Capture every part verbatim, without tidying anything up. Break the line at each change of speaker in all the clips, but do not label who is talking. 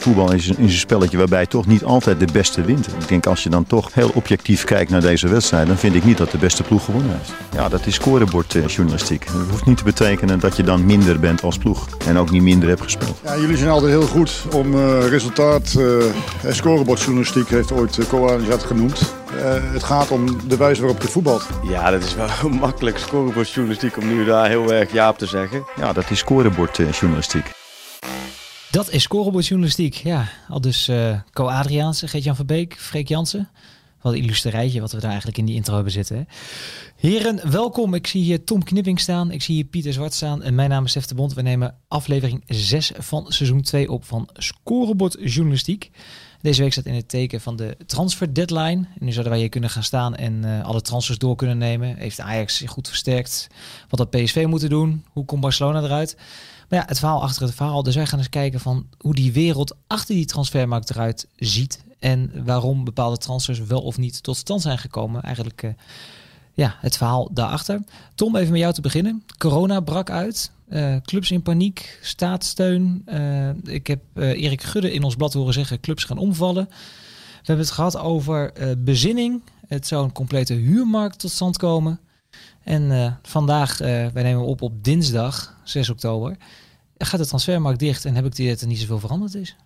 voetbal is een, is een spelletje waarbij toch niet altijd de beste wint. Ik denk als je dan toch heel objectief kijkt naar deze wedstrijd, dan vind ik niet dat de beste ploeg gewonnen heeft. Ja, dat is scorebordjournalistiek. Dat hoeft niet te betekenen dat je dan minder bent als ploeg en ook niet minder hebt gespeeld.
Ja, jullie zijn altijd heel goed om uh, resultaat. Uh, scorebordjournalistiek heeft ooit uh, Coadriaans dat genoemd. Uh, het gaat om de wijze waarop je voetbalt.
Ja, dat is wel makkelijk scorebordjournalistiek om nu daar heel erg ja op te zeggen.
Ja, dat is scorebordjournalistiek.
Dat is scorebordjournalistiek, ja. Al dus uh, Coadriaans, Geert-Jan van Beek, Freek Jansen. Wat een illustre rijtje wat we daar eigenlijk in die intro hebben zitten. Hè? Heren, welkom. Ik zie hier Tom Knipping staan. Ik zie hier Pieter Zwart staan. En mijn naam is Stef de Bond. We nemen aflevering zes van seizoen twee op van Scorebordjournalistiek. Deze week staat in het teken van de transfer deadline. En nu zouden wij hier kunnen gaan staan en uh, alle transfers door kunnen nemen. Heeft Ajax zich goed versterkt? Wat had P S V moeten doen? Hoe komt Barcelona eruit? Maar ja, het verhaal achter het verhaal. Dus wij gaan eens kijken van hoe die wereld achter die transfermarkt eruit ziet. En waarom bepaalde transfers wel of niet tot stand zijn gekomen. Eigenlijk uh, ja, het verhaal daarachter. Tom, even met jou te beginnen. Corona brak uit. Uh, clubs in paniek, staatssteun. Uh, ik heb uh, Erik Gudde in ons blad horen zeggen, clubs gaan omvallen. We hebben het gehad over uh, bezinning. Het zou een complete huurmarkt tot stand komen. En uh, vandaag, uh, wij nemen op op dinsdag, zes oktober, gaat de transfermarkt dicht en heb ik het idee dat er niet zoveel veranderd is.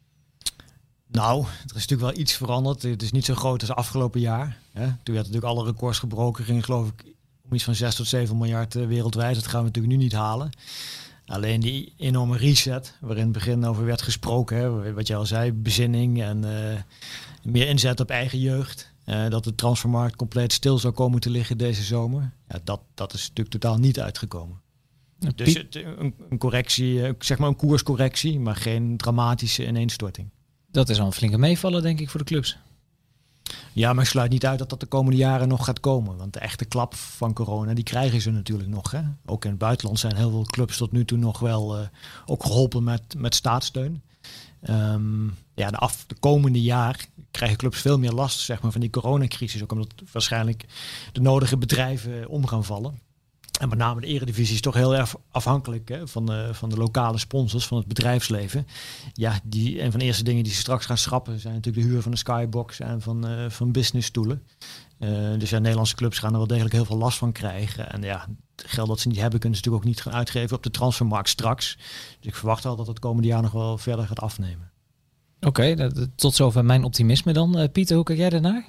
Nou, er is natuurlijk wel iets veranderd. Het is niet zo groot als afgelopen jaar. Hè? Toen werd natuurlijk alle records gebroken. Ging geloof ik om iets van zes tot zeven miljard uh, wereldwijd. Dat gaan we natuurlijk nu niet halen. Alleen die enorme reset, waarin in het begin over werd gesproken. Hè? Wat je al zei, bezinning en uh, meer inzet op eigen jeugd. Uh, dat de transfermarkt compleet stil zou komen te liggen deze zomer. Ja, dat, dat is natuurlijk totaal niet uitgekomen. Ja, dus het, een, een correctie, zeg maar een koerscorrectie, maar geen dramatische ineenstorting.
Dat is al een flinke meevallen, denk ik, voor de clubs.
Ja, maar ik sluit niet uit dat dat de komende jaren nog gaat komen. Want de echte klap van corona, die krijgen ze natuurlijk nog. Hè? Ook in het buitenland zijn heel veel clubs tot nu toe nog wel uh, ook geholpen met, met staatssteun. Um, ja, de, af, de komende jaar krijgen clubs veel meer last, zeg maar, van die coronacrisis. Ook omdat waarschijnlijk de nodige bedrijven om gaan vallen. En met name de Eredivisie is toch heel erg afhankelijk, hè, van, de, van de lokale sponsors, van het bedrijfsleven. Ja, die, een van de eerste dingen die ze straks gaan schrappen zijn natuurlijk de huur van de skybox en van, uh, van businessstoelen. Uh, dus ja, Nederlandse clubs gaan er wel degelijk heel veel last van krijgen. En ja, het geld dat ze niet hebben kunnen ze natuurlijk ook niet gaan uitgeven op de transfermarkt straks. Dus ik verwacht wel dat het komende jaar nog wel verder gaat afnemen.
Oké, okay, tot zover mijn optimisme dan. Uh, Pieter, hoe kijk jij daarnaar?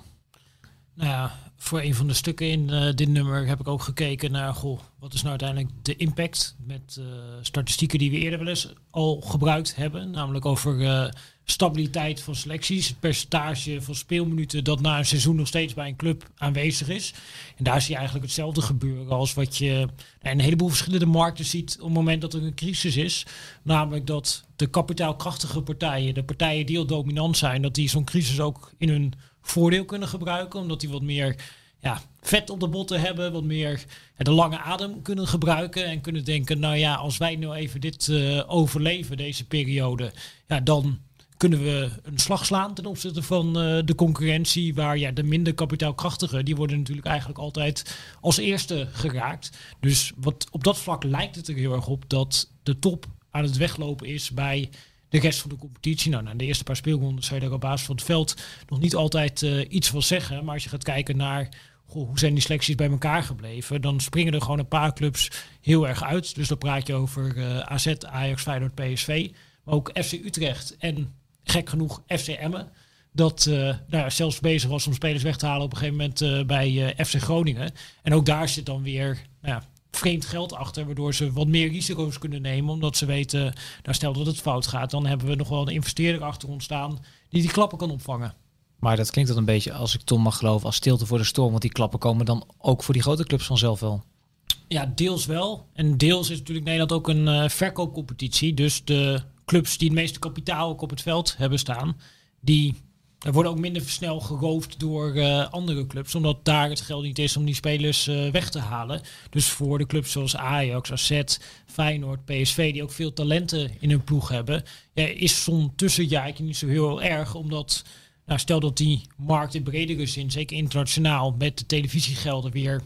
Nou ja, voor een van de stukken in uh, dit nummer heb ik ook gekeken naar, goh, wat is nou uiteindelijk de impact met uh, statistieken die we eerder wel eens al gebruikt hebben. Namelijk over uh, stabiliteit van selecties, het percentage van speelminuten dat na een seizoen nog steeds bij een club aanwezig is. En daar zie je eigenlijk hetzelfde gebeuren als wat je in een heleboel verschillende markten ziet op het moment dat er een crisis is. Namelijk dat de kapitaalkrachtige partijen, de partijen die al dominant zijn, dat die zo'n crisis ook in hun voordeel kunnen gebruiken, omdat die wat meer ja, vet op de botten hebben, wat meer ja, de lange adem kunnen gebruiken en kunnen denken, nou ja, als wij nou even dit uh, overleven, deze periode, ja, dan kunnen we een slag slaan ten opzichte van uh, de concurrentie, waar ja, de minder kapitaalkrachtigen, die worden natuurlijk eigenlijk altijd als eerste geraakt. Dus wat op dat vlak lijkt het er heel erg op dat de top aan het weglopen is bij de rest van de competitie. Nou, na de eerste paar speelrondes zou je daar op basis van het veld nog niet altijd uh, iets van zeggen. Maar als je gaat kijken naar goh, hoe zijn die selecties bij elkaar gebleven, dan springen er gewoon een paar clubs heel erg uit. Dus dan praat je over uh, A Z, Ajax, Feyenoord, P S V. Maar ook F C Utrecht en gek genoeg F C Emmen. Dat uh, nou ja, zelfs bezig was om spelers weg te halen op een gegeven moment uh, bij uh, F C Groningen. En ook daar zit dan weer nou ja, vreemd geld achter, waardoor ze wat meer risico's kunnen nemen, omdat ze weten, nou stel dat het fout gaat, dan hebben we nog wel een investeerder achter ons staan die die klappen kan opvangen.
Maar dat klinkt dan een beetje, als ik Tom mag geloven, als stilte voor de storm, want die klappen komen dan ook voor die grote clubs vanzelf wel.
Ja, deels wel. En deels is natuurlijk Nederland ook een uh, verkoopcompetitie, dus de clubs die het meeste kapitaal ook op het veld hebben staan, die er worden ook minder snel geroofd door uh, andere clubs, omdat daar het geld niet is om die spelers uh, weg te halen. Dus voor de clubs zoals Ajax, A Z, Feyenoord, P S V, die ook veel talenten in hun ploeg hebben, ja, is zo'n tussenjaartje niet zo heel erg, omdat nou, stel dat die markt in bredere zin, zeker internationaal, met de televisiegelden weer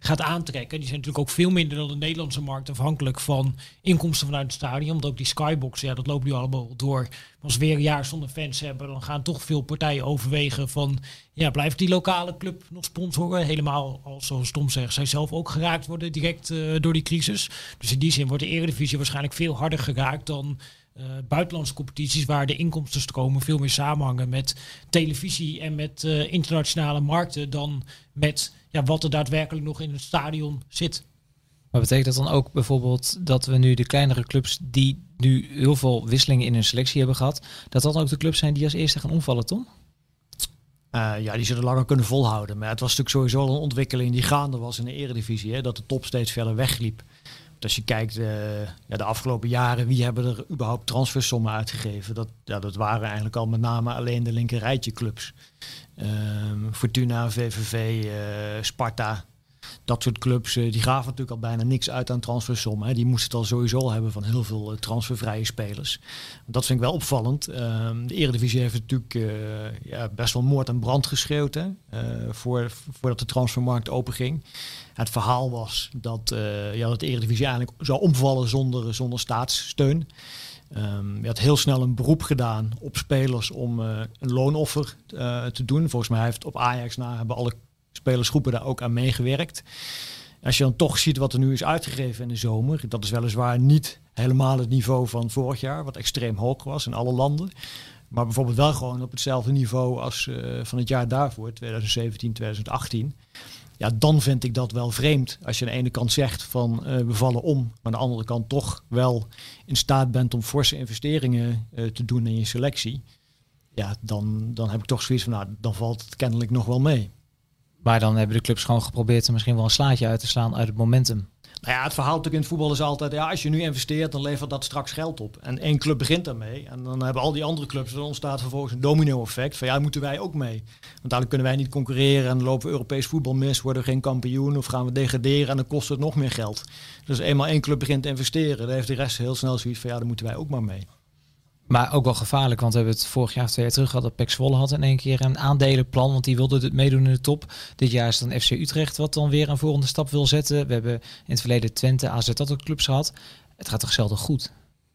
gaat aantrekken. Die zijn natuurlijk ook veel minder dan de Nederlandse markt afhankelijk van inkomsten vanuit het stadion. Want ook die skybox, ja, dat loopt nu allemaal door. Als we weer een jaar zonder fans hebben, dan gaan toch veel partijen overwegen van, ja, blijft die lokale club nog sponsoren? Helemaal, als zoals Tom zegt, zij zelf ook geraakt worden direct uh, door die crisis. Dus in die zin wordt de Eredivisie waarschijnlijk veel harder geraakt dan uh, buitenlandse competities, waar de inkomstenstromen veel meer samenhangen met televisie en met uh, internationale markten dan met ja, wat er daadwerkelijk nog in het stadion zit.
Maar betekent dat dan ook bijvoorbeeld dat we nu de kleinere clubs die nu heel veel wisselingen in hun selectie hebben gehad, dat dat ook de clubs zijn die als eerste gaan omvallen, Tom?
Uh, ja, die zullen langer kunnen volhouden. Maar het was natuurlijk sowieso een ontwikkeling die gaande was in de Eredivisie. Hè, dat de top steeds verder wegliep. Want als je kijkt, uh, ja, de afgelopen jaren, wie hebben er überhaupt transfersommen uitgegeven? Dat, ja, dat waren eigenlijk al met name alleen de linkerrijtje clubs. Um, Fortuna, V V V, uh, Sparta. Dat soort clubs, uh, die gaven natuurlijk al bijna niks uit aan transfersommen. Hè. Die moesten het al sowieso al hebben van heel veel uh, transfervrije spelers. Dat vind ik wel opvallend. Uh, de Eredivisie heeft natuurlijk uh, ja, best wel moord en brand geschreeuwd. Hè, uh, voor, voordat de transfermarkt openging. Het verhaal was dat, uh, ja, dat de Eredivisie eigenlijk zou omvallen zonder, zonder staatssteun. Um, je had heel snel een beroep gedaan op spelers om uh, een loonoffer uh, te doen. Volgens mij heeft op Ajax na hebben alle spelersgroepen daar ook aan meegewerkt. Als je dan toch ziet wat er nu is uitgegeven in de zomer, dat is weliswaar niet helemaal het niveau van vorig jaar, wat extreem hoog was in alle landen. Maar bijvoorbeeld wel gewoon op hetzelfde niveau als uh, van het jaar daarvoor, twintig zeventien, twintig achttien. Ja, dan vind ik dat wel vreemd. Als je aan de ene kant zegt van uh, we vallen om, maar aan de andere kant toch wel in staat bent om forse investeringen uh, te doen in je selectie. Ja, dan, dan heb ik toch zoiets van, nou, dan valt het kennelijk nog wel mee.
Maar dan hebben de clubs gewoon geprobeerd er misschien wel een slaatje uit te slaan uit het momentum.
Nou ja, het verhaal natuurlijk in het voetbal is altijd, ja, als je nu investeert, dan levert dat straks geld op. En één club begint daarmee. En dan hebben al die andere clubs, dan ontstaat vervolgens een domino-effect. Van ja, moeten wij ook mee. Want dadelijk kunnen wij niet concurreren en dan lopen we Europees voetbal mis, worden we geen kampioen of gaan we degraderen en dan kost het nog meer geld. Dus eenmaal één club begint te investeren, dan heeft de rest heel snel zoiets van ja, dan moeten wij ook maar mee.
Maar ook wel gevaarlijk, want we hebben het vorig jaar of twee jaar terug gehad dat P E C Zwolle had in één keer een aandelenplan, want die wilde het meedoen in de top. Dit jaar is het dan F C Utrecht wat dan weer een volgende stap wil zetten. We hebben in het verleden Twente, A Z dat ook clubs gehad. Het gaat toch zelden goed?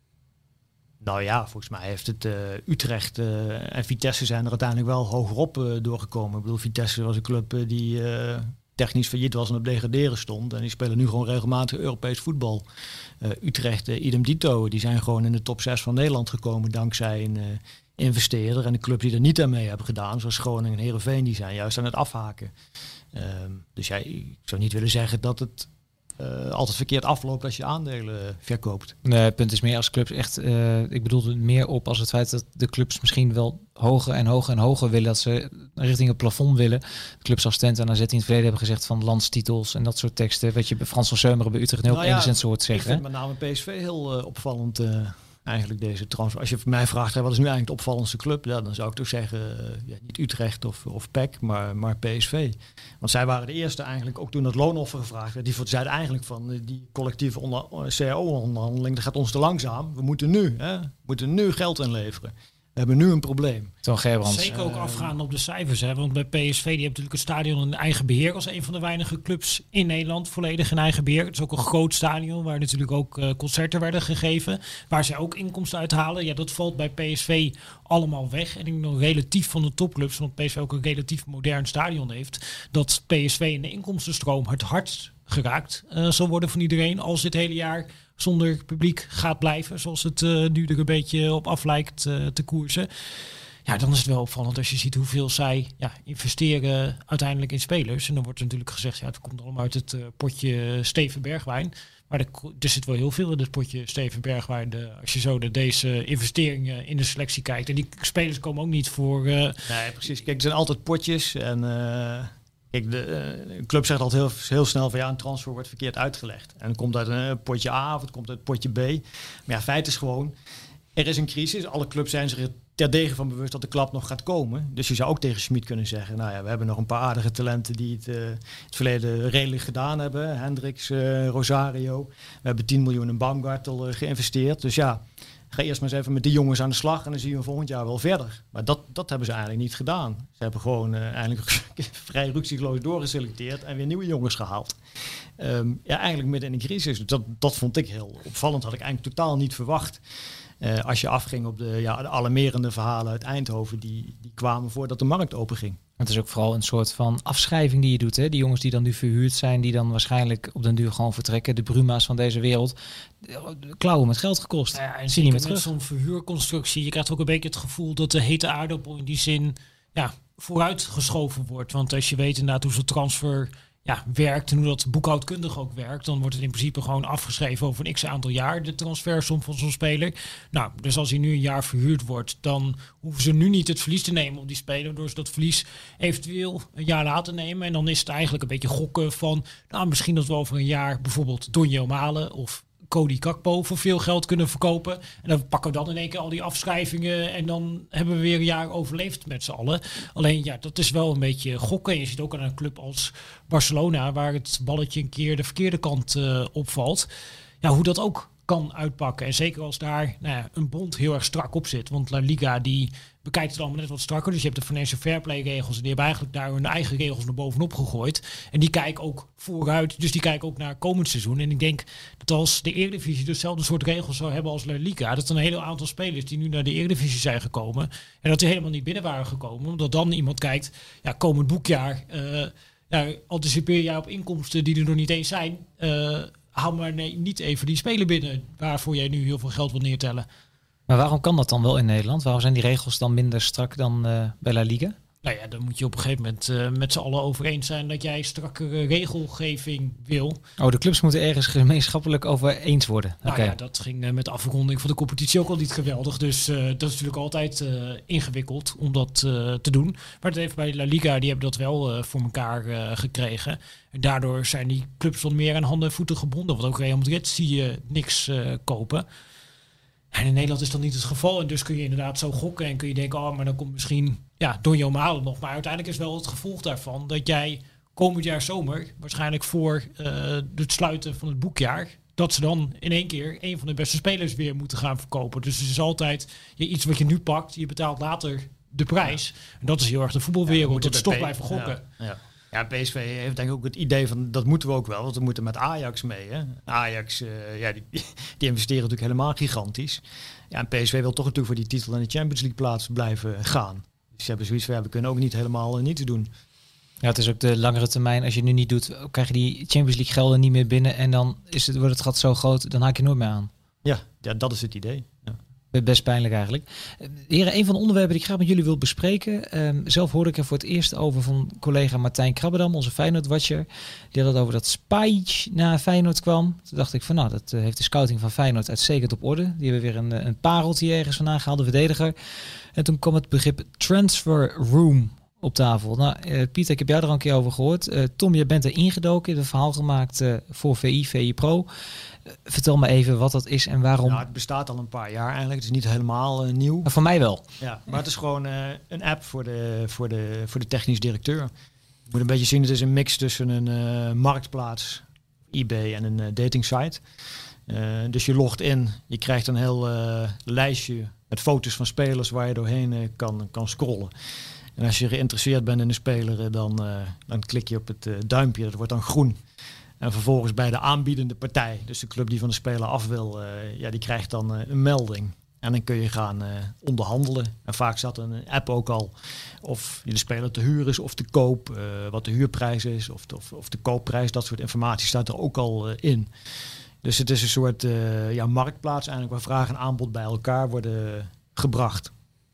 Nou ja, volgens mij heeft het uh, Utrecht uh, en Vitesse zijn er uiteindelijk wel hogerop uh, doorgekomen. Ik bedoel, Vitesse was een club uh, die uh, technisch failliet was en op degraderen stond. En die spelen nu gewoon regelmatig Europees voetbal. Uh, Utrecht, uh, idem dito, die zijn gewoon in de top zes van Nederland gekomen dankzij een uh, investeerder. En de clubs die er niet aan mee hebben gedaan, zoals Groningen en Heerenveen, die zijn juist aan het afhaken. Uh, dus ja, ik zou niet willen zeggen dat het uh, altijd verkeerd afloopt als je aandelen verkoopt.
Nee, het punt is meer als clubs echt, uh, ik bedoel het meer op als het feit dat de clubs misschien wel hoger en hoger en hoger willen, dat ze richting het plafond willen. De clubs als Twente en A Z in het verleden hebben gezegd van landstitels en dat soort teksten, wat je bij Frans van Seumeren bij Utrecht nu
nou
ook
ja,
enigszins hoort zeggen.
Ik vind met name P S V heel uh, opvallend uh, eigenlijk deze transfer. Als je mij vraagt, wat is nu eigenlijk de opvallendste club? Ja, dan zou ik toch zeggen, uh, ja, niet Utrecht of, of P E C, maar, maar P S V. Want zij waren de eerste eigenlijk, ook toen dat loonoffer gevraagd werd, die zeiden eigenlijk van uh, die collectieve onder, uh, C A O-onderhandeling, dat gaat ons te langzaam. We moeten nu, hè, we moeten nu geld inleveren. We hebben nu een probleem.
Toon Gerbrands.
Zeker ook afgaan op de cijfers. Hè? Want bij P S V die heeft natuurlijk het stadion in eigen beheer als een van de weinige clubs in Nederland. Volledig in eigen beheer. Het is ook een groot stadion waar natuurlijk ook uh, concerten werden gegeven. Waar zij ook inkomsten uithalen. Ja, dat valt bij P S V allemaal weg. En ik denk nog relatief van de topclubs, want P S V ook een relatief modern stadion heeft, dat P S V in de inkomstenstroom het hardst geraakt uh, zal worden van iedereen als dit hele jaar zonder publiek gaat blijven, zoals het uh, nu er een beetje op af lijkt uh, te koersen. Ja, dan is het wel opvallend als je ziet hoeveel zij ja, investeren uiteindelijk in spelers. En dan wordt er natuurlijk gezegd, ja, het komt allemaal uit het uh, potje Steven Bergwijn. Maar er, er zit wel heel veel in het potje Steven Bergwijn. De, als je zo naar deze investeringen in de selectie kijkt. En die spelers komen ook niet voor... Uh,
nee, precies. Kijk, er zijn altijd potjes en... Uh... Kijk, de uh, club zegt altijd heel, heel snel van ja, een transfer wordt verkeerd uitgelegd. En het komt uit een uh, potje A of het komt uit potje B. Maar ja, feit is gewoon, er is een crisis. Alle clubs zijn zich er terdege van bewust dat de klap nog gaat komen. Dus je zou ook tegen Schmid kunnen zeggen, nou ja, we hebben nog een paar aardige talenten die het, uh, het verleden redelijk gedaan hebben. Hendricks, uh, Rosario. We hebben tien miljoen in Baumgartel uh, geïnvesteerd. Dus ja, ga eerst maar eens even met die jongens aan de slag en dan zien we volgend jaar wel verder. Maar dat, dat hebben ze eigenlijk niet gedaan. Ze hebben gewoon uh, eigenlijk vrij ruksigloos doorgeselecteerd en weer nieuwe jongens gehaald. Um, ja, eigenlijk midden in de crisis. Dus dat, dat vond ik heel opvallend. Had ik eigenlijk totaal niet verwacht. Uh, als je afging op de, ja, de alarmerende verhalen uit Eindhoven, die, die kwamen voordat de markt openging.
Het is ook vooral een soort van afschrijving die je doet. Hè? Die jongens die dan nu verhuurd zijn, die dan waarschijnlijk op den duur gewoon vertrekken. De Bruma's van deze wereld. Klauwen met geld gekost.
Ja, en
zie je niet meer
met
terug.
Zo'n verhuurconstructie, je krijgt ook een beetje het gevoel dat de hete aardappel in die zin ja, vooruitgeschoven wordt. Want als je weet inderdaad hoe zo'n transfer ja, werkt en hoe dat boekhoudkundig ook werkt, dan wordt het in principe gewoon afgeschreven over een x aantal jaar, de transfersom van zo'n speler. Nou, dus als hij nu een jaar verhuurd wordt, dan hoeven ze nu niet het verlies te nemen op die speler, door ze dat verlies eventueel een jaar later nemen. En dan is het eigenlijk een beetje gokken van, nou, misschien dat we over een jaar bijvoorbeeld Donjo Malen of Cody Kakpo voor veel geld kunnen verkopen. En dan pakken we dan in één keer al die afschrijvingen en dan hebben we weer een jaar overleefd met z'n allen. Alleen ja, dat is wel een beetje gokken. Je ziet ook aan een club als Barcelona, waar het balletje een keer de verkeerde kant uh, opvalt. Ja, hoe dat ook kan uitpakken. En zeker als daar nou ja, een bond heel erg strak op zit. Want La Liga die bekijkt het allemaal net wat strakker. Dus je hebt de financial fair play regels. En die hebben eigenlijk daar hun eigen regels naar bovenop gegooid. En die kijken ook vooruit. Dus die kijken ook naar komend seizoen. En ik denk dat als de Eredivisie dezelfde soort regels zou hebben als La Liga, dat er een heel aantal spelers die nu naar de Eredivisie zijn gekomen, en dat die helemaal niet binnen waren gekomen. Omdat dan iemand kijkt, ja, komend boekjaar, uh, ja, anticipeer jij op inkomsten die er nog niet eens zijn. Uh, Hou maar nee, niet even die speler binnen waarvoor jij nu heel veel geld wil neertellen.
Maar waarom kan dat dan wel in Nederland? Waarom zijn die regels dan minder strak dan uh, bij La Liga?
Nou ja, dan moet je op een gegeven moment uh, met z'n allen over eens zijn dat jij strakkere regelgeving wil.
Oh, de clubs moeten ergens gemeenschappelijk over eens worden.
Nou
okay.
ja, dat ging uh, met de afronding van de competitie ook al niet geweldig. Dus uh, dat is natuurlijk altijd uh, ingewikkeld om dat uh, te doen. Maar het heeft bij La Liga, die hebben dat wel uh, voor elkaar uh, gekregen. En daardoor zijn die clubs wat meer aan handen en voeten gebonden. Want ook Real Madrid zie je niks uh, kopen. En in Nederland is dat niet het geval. En dus kun je inderdaad zo gokken en kun je denken, oh, maar dan komt misschien ja, Donjo Malen nog. Maar uiteindelijk is wel het gevolg daarvan dat jij komend jaar zomer, waarschijnlijk voor uh, het sluiten van het boekjaar, dat ze dan in één keer een van de beste spelers weer moeten gaan verkopen. Dus het is altijd ja, iets wat je nu pakt, je betaalt later de prijs. Ja. En dat is heel erg de voetbalwereld, ja, dat ze toch P- blijven gokken.
Ja, ja. Ja, P S V heeft denk ik ook het idee van, dat moeten we ook wel, want we moeten met Ajax mee. Hè? Ajax, uh, ja, die, die investeren natuurlijk helemaal gigantisch. Ja, en P S V wil toch natuurlijk voor die titel en de Champions League plaats blijven gaan. Dus ze hebben zoiets van, ja, we kunnen ook niet helemaal uh, niets doen.
Ja, het is ook de langere termijn. Als je nu niet doet, krijg je die Champions League gelden niet meer binnen en dan is het, wordt het gat zo groot, dan haak je nooit meer aan.
Ja, ja, dat is het idee. Ja.
Best pijnlijk eigenlijk. Heren, een van de onderwerpen die ik graag met jullie wil bespreken. Um, zelf hoorde ik er voor het eerst over van collega Martijn Krabbedam, onze Feyenoord-watcher. Die had het over dat Spijs naar Feyenoord kwam. Toen dacht ik van nou, dat uh, heeft de scouting van Feyenoord uitstekend op orde. Die hebben weer een, een pareltje ergens vandaan gehaald, de verdediger. En toen kwam het begrip transfer room op tafel. Nou, uh, Pieter, ik heb jou er al een keer over gehoord. Uh, Tom, je bent er ingedoken, een verhaal gemaakt uh, voor V I, V I Pro. Uh, vertel me even wat dat is en waarom.
Nou, het bestaat al een paar jaar eigenlijk. Het is niet helemaal uh, nieuw.
Maar voor mij wel.
Ja, maar het is gewoon uh, een app voor de, voor, de, voor de technisch directeur. Je moet een beetje zien, het is een mix tussen een uh, marktplaats, eBay en een uh, dating site. Uh, dus je logt in, je krijgt een heel uh, lijstje met foto's van spelers waar je doorheen uh, kan, kan scrollen. En als je geïnteresseerd bent in een speler, dan, uh, dan klik je op het uh, duimpje, dat wordt dan groen. En vervolgens bij de aanbiedende partij, dus de club die van de speler af wil, uh, ja, die krijgt dan uh, een melding. En dan kun je gaan uh, onderhandelen. En vaak zat een app ook al of de speler te huur is of te koop, uh, wat de huurprijs is of de, of, of de koopprijs. Dat soort informatie staat er ook al uh, in. Dus het is een soort uh, ja, marktplaats eigenlijk waar vraag en aanbod bij elkaar worden gebracht.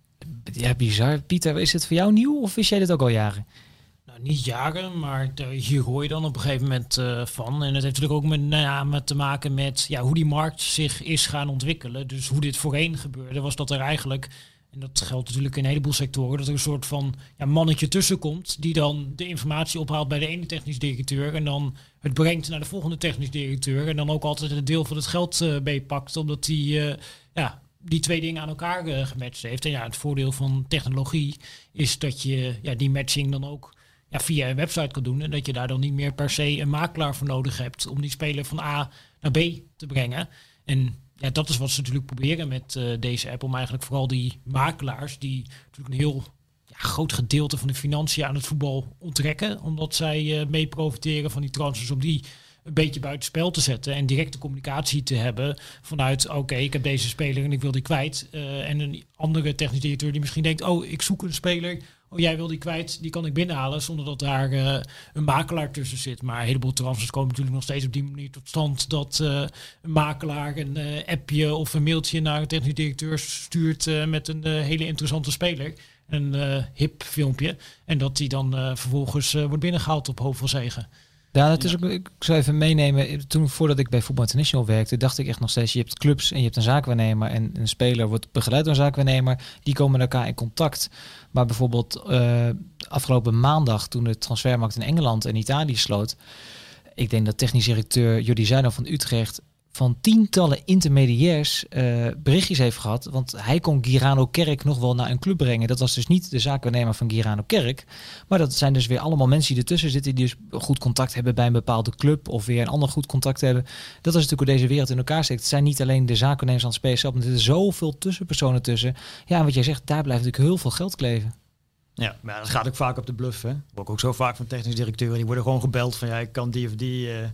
Ja, bizar. Pieter, is het voor jou nieuw of wist jij dit ook al jaren?
Nou, niet jaren, maar de, hier hoor je dan op een gegeven moment uh, van. En het heeft natuurlijk ook met, nou ja, met te maken met ja, hoe die markt zich is gaan ontwikkelen. Dus hoe dit voorheen gebeurde, was dat er eigenlijk, en dat geldt natuurlijk in een heleboel sectoren, dat er een soort van ja, mannetje tussen komt die dan de informatie ophaalt bij de ene technisch directeur en dan het brengt naar de volgende technisch directeur en dan ook altijd een deel van het geld uh, meepakt, omdat die uh, ja, die twee dingen aan elkaar uh, gematcht heeft. En ja, het voordeel van technologie is dat je ja, die matching dan ook ja, via een website kan doen en dat je daar dan niet meer per se een makelaar voor nodig hebt om die speler van A naar B te brengen. En ja, dat is wat ze natuurlijk proberen met uh, deze app. Om eigenlijk vooral die makelaars die natuurlijk een heel ja, groot gedeelte van de financiën aan het voetbal onttrekken. Omdat zij uh, mee profiteren van die transfers, om die een beetje buitenspel te zetten en directe communicatie te hebben vanuit oké, okay, ik heb deze speler en ik wil die kwijt. Uh, en een andere technisch directeur die misschien denkt, oh, ik zoek een speler, oh, jij wil die kwijt, die kan ik binnenhalen zonder dat daar uh, een makelaar tussen zit. Maar een heleboel transfers komen natuurlijk nog steeds op die manier tot stand dat uh, een makelaar een uh, appje of een mailtje naar een technisch directeur stuurt uh, met een uh, hele interessante speler. Een uh, hip filmpje. En dat die dan uh, vervolgens uh, wordt binnengehaald op hoop van zegen.
Ja, dat is ook, ik zou even meenemen. Toen, voordat ik bij Voetbal International werkte, dacht ik echt nog steeds, je hebt clubs en je hebt een zaakwaarnemer en een speler wordt begeleid door een zaakwaarnemer. Die komen met elkaar in contact. Maar bijvoorbeeld uh, afgelopen maandag, toen de transfermarkt in Engeland en Italië sloot, ik denk dat technisch directeur Jordi Zuidam van Utrecht van tientallen intermediairs uh, berichtjes heeft gehad. Want hij kon Girano Kerk nog wel naar een club brengen. Dat was dus niet de zaakwaarnemer van Girano Kerk. Maar dat zijn dus weer allemaal mensen die ertussen zitten, die dus goed contact hebben bij een bepaalde club of weer een ander goed contact hebben. Dat is natuurlijk hoe deze wereld in elkaar steekt. Het zijn niet alleen de zaakwaarnemers aan het spelen, maar er zitten zoveel tussenpersonen tussen. Ja, en wat jij zegt, daar blijft natuurlijk heel veel geld kleven.
Ja, maar dat gaat ook vaak op de bluff. Hè? Ook, ook zo vaak van technisch directeuren. Die worden gewoon gebeld van ja, ik kan die of die Uh...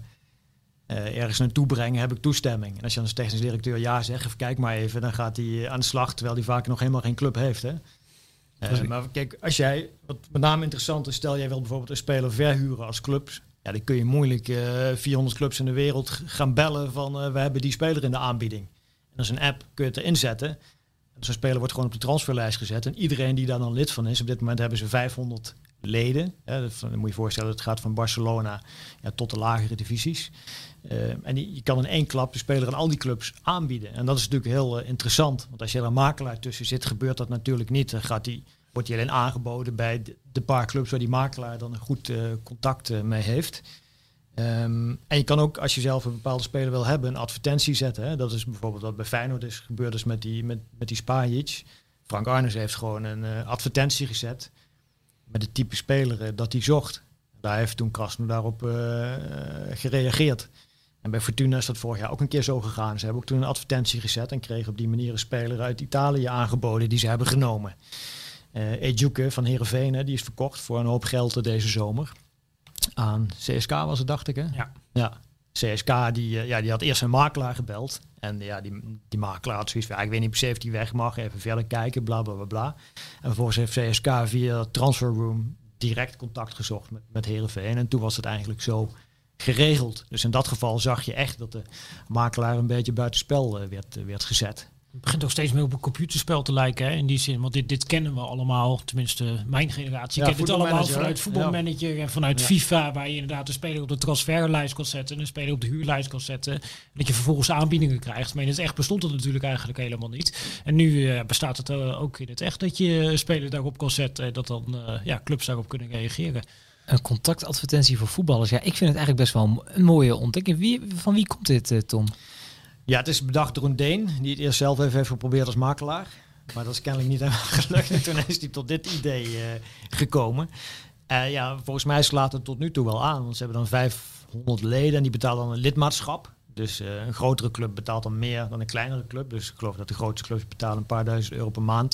Uh, ergens naartoe brengen, heb ik toestemming. En als je dan als technisch directeur ja zegt, even kijk maar even, dan gaat hij aan de slag, terwijl hij vaak nog helemaal geen club heeft. Hè? Uh, maar kijk, als jij, wat met name interessant is, stel jij wil bijvoorbeeld een speler verhuren als club, ja, dan kun je moeilijk uh, vierhonderd clubs in de wereld gaan bellen van uh, we hebben die speler in de aanbieding. En als een app kun je het erin zetten. Zo'n speler wordt gewoon op de transferlijst gezet. En iedereen die daar dan lid van is, op dit moment hebben ze vijfhonderd leden. Hè, dan moet je voorstellen, het gaat van Barcelona ja, tot de lagere divisies. Uh, en die, je kan in één klap de speler aan al die clubs aanbieden. En dat is natuurlijk heel uh, interessant. Want als je er een makelaar tussen zit, gebeurt dat natuurlijk niet. Dan gaat die, wordt die alleen aangeboden bij de, de paar clubs waar die makelaar dan een goed uh, contact uh, mee heeft. Um, en je kan ook, als je zelf een bepaalde speler wil hebben, een advertentie zetten. Hè. Dat is bijvoorbeeld wat bij Feyenoord is gebeurd is met die, met, met die Spajic. Frank Arnes heeft gewoon een uh, advertentie gezet met het type speler uh, dat hij zocht. Daar heeft toen Krasno daarop uh, gereageerd. En bij Fortuna is dat vorig jaar ook een keer zo gegaan. Ze hebben ook toen een advertentie gezet en kregen op die manier een speler uit Italië aangeboden die ze hebben genomen. Uh, Ejuke van Heerenveen, die is verkocht voor een hoop geld deze zomer. Aan C S K was het, dacht ik, hè?
Ja.
Ja. C S K, die, uh, ja, die had eerst een makelaar gebeld. En ja, die, die makelaar had zoiets van, ja, ik weet niet per se of die weg mag. Even verder kijken, bla, bla, bla, bla. En vervolgens heeft C S K via Transfer Room direct contact gezocht met, met Heerenveen. En toen was het eigenlijk zo geregeld. Dus in dat geval zag je echt dat de makelaar een beetje buitenspel uh, werd, uh, werd gezet.
Het begint ook steeds meer op een computerspel te lijken, hè, in die zin. Want dit, dit kennen we allemaal, tenminste mijn generatie.
Ja,
kent het allemaal vanuit
hè?
voetbalmanager en vanuit
Ja.
FIFA, waar je inderdaad een speler op de transferlijst kan zetten en een speler op de huurlijst kan zetten. En dat je vervolgens aanbiedingen krijgt. Maar in het echt bestond het natuurlijk eigenlijk helemaal niet. En nu uh, bestaat het uh, ook in het echt dat je een speler daarop kan zetten en dat dan uh, ja, clubs daarop kunnen reageren.
Een contactadvertentie voor voetballers. Ja, ik vind het eigenlijk best wel een mooie ontdekking. Wie, van wie komt dit, uh, Tom?
Ja, het is bedacht door een Deen, die het eerst zelf even heeft geprobeerd als makelaar. Maar dat is kennelijk niet helemaal gelukt. En toen is hij tot dit idee uh, gekomen. Uh, ja, volgens mij slaat het tot nu toe wel aan. Want ze hebben dan vijfhonderd leden en die betalen dan een lidmaatschap. Dus uh, een grotere club betaalt dan meer dan een kleinere club. Dus ik geloof dat de grootste clubs betalen een paar duizend euro per maand.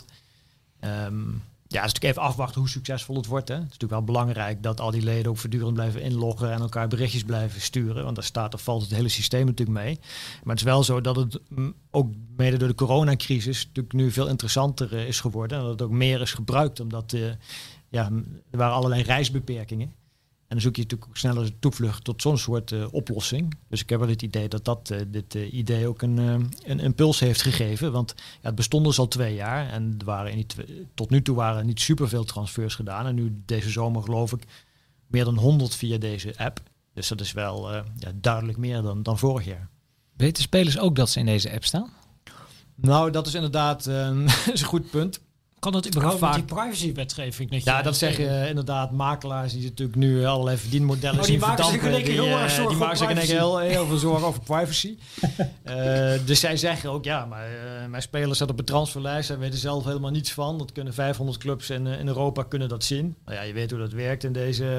Um, Ja, het is natuurlijk even afwachten hoe succesvol het wordt. Hè. Het is natuurlijk wel belangrijk dat al die leden ook voortdurend blijven inloggen en elkaar berichtjes blijven sturen. Want daar staat of valt het hele systeem natuurlijk mee. Maar het is wel zo dat het m, ook mede door de coronacrisis natuurlijk nu veel interessanter uh, is geworden. En dat het ook meer is gebruikt, omdat uh, ja, er waren allerlei reisbeperkingen. En dan zoek je natuurlijk ook sneller de toevlucht tot zo'n soort uh, oplossing. Dus ik heb wel het idee dat dat uh, dit uh, idee ook een, uh, een impuls heeft gegeven. Want ja, het bestond dus al twee jaar. En er waren in die twee, tot nu toe waren er niet superveel transfers gedaan. En nu deze zomer geloof ik meer dan honderd via deze app. Dus dat is wel uh, ja, duidelijk meer dan, dan vorig jaar.
Weten spelers ook dat ze in deze app staan?
Nou, dat is inderdaad uh, is een goed punt.
Kan dat überhaupt
Vaak-
met die privacywetgeving? Dat
Ja,
je-
dat zeggen uh, inderdaad makelaars die natuurlijk nu uh, allerlei verdienmodellen
Oh, die
zien
maken zich
verdampen.
in één keer
Die,
heel erg
uh,
zorgen
die
over
maken zich in één keer heel,
privacy.
heel veel zorgen over privacy. Uh, dus zij zeggen ook, ja, maar uh, mijn spelers zetten op een transferlijst. Zij weten zelf helemaal niets van. Dat kunnen vijfhonderd clubs in, uh, in Europa kunnen dat zien. Nou ja, je weet hoe dat werkt in deze,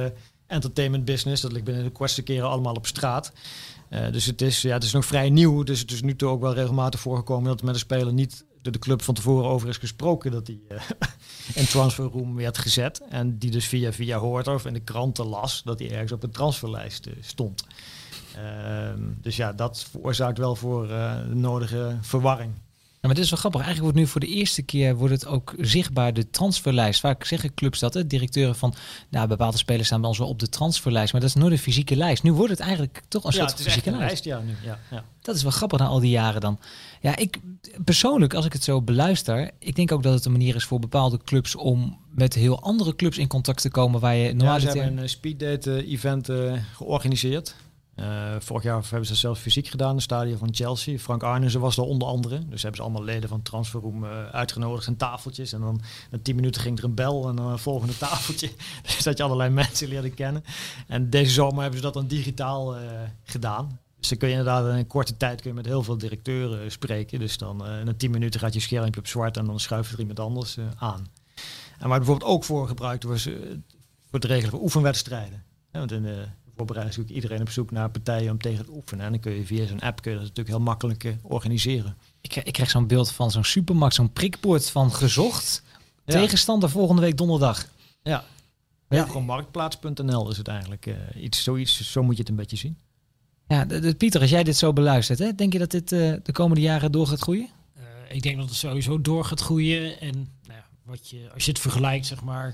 entertainment business. Dat ligt binnen de kortste keren allemaal op straat. Uh, dus het is, ja, het is nog vrij nieuw. Dus het is nu toch ook wel regelmatig voorgekomen dat er met de speler niet door de club van tevoren over is gesproken dat die uh, in transferroom werd gezet. En die dus via via hoort of in de kranten las dat hij ergens op een transferlijst uh, stond. Uh, dus ja, dat veroorzaakt wel voor uh, de nodige verwarring.
Ja, maar dit is wel grappig. Eigenlijk wordt nu voor de eerste keer wordt het ook zichtbaar, de transferlijst. Vaak zeggen clubs dat, hè? Directeuren van, nou, bepaalde spelers staan bij ons wel op de transferlijst, maar dat is nooit een fysieke lijst. Nu wordt het eigenlijk toch een
ja,
soort
het is
fysieke
echt een
lijst.
lijst. Ja, nu. Ja, ja.
Dat is wel grappig na al die jaren dan. Ja, ik persoonlijk, als ik het zo beluister, ik denk ook dat het een manier is voor bepaalde clubs om met heel andere clubs in contact te komen waar je normaal
Ja, ze
zit.
hebben een speeddate event uh, georganiseerd. Uh, vorig jaar hebben ze dat zelf fysiek gedaan in het stadion van Chelsea. Frank Arnissen was daar onder andere. Dus hebben ze allemaal leden van Transferroom uh, uitgenodigd en tafeltjes. En dan na tien minuten ging er een bel en dan een volgende tafeltje. Dus dat je allerlei mensen leerde kennen. En deze zomer hebben ze dat dan digitaal uh, gedaan. Dus dan kun je inderdaad in een korte tijd kun je met heel veel directeuren spreken. Dus dan uh, na tien minuten gaat je schermpje op zwart en dan schuift er iemand anders uh, aan. En waar het bijvoorbeeld ook voor gebruikt was uh, voor het regelen van oefenwedstrijden. Ja, want in de voorbereiding is natuurlijk iedereen op zoek naar partijen om tegen te oefenen. En dan kun je via zo'n app kun je dat natuurlijk heel makkelijk uh, organiseren.
Ik, ik krijg zo'n beeld van zo'n supermarkt, zo'n prikbord van gezocht.
Ja.
Tegenstander volgende week donderdag.
Ja, ja, gewoon marktplaats punt n l is het eigenlijk. Uh, iets, zoiets, zo moet je het een beetje zien.
Ja, de, de, Pieter, als jij dit zo beluistert, hè, denk je dat dit uh, de komende jaren door gaat groeien?
Uh, ik denk dat het sowieso door gaat groeien. En nou ja, wat je, als je het vergelijkt, zeg maar,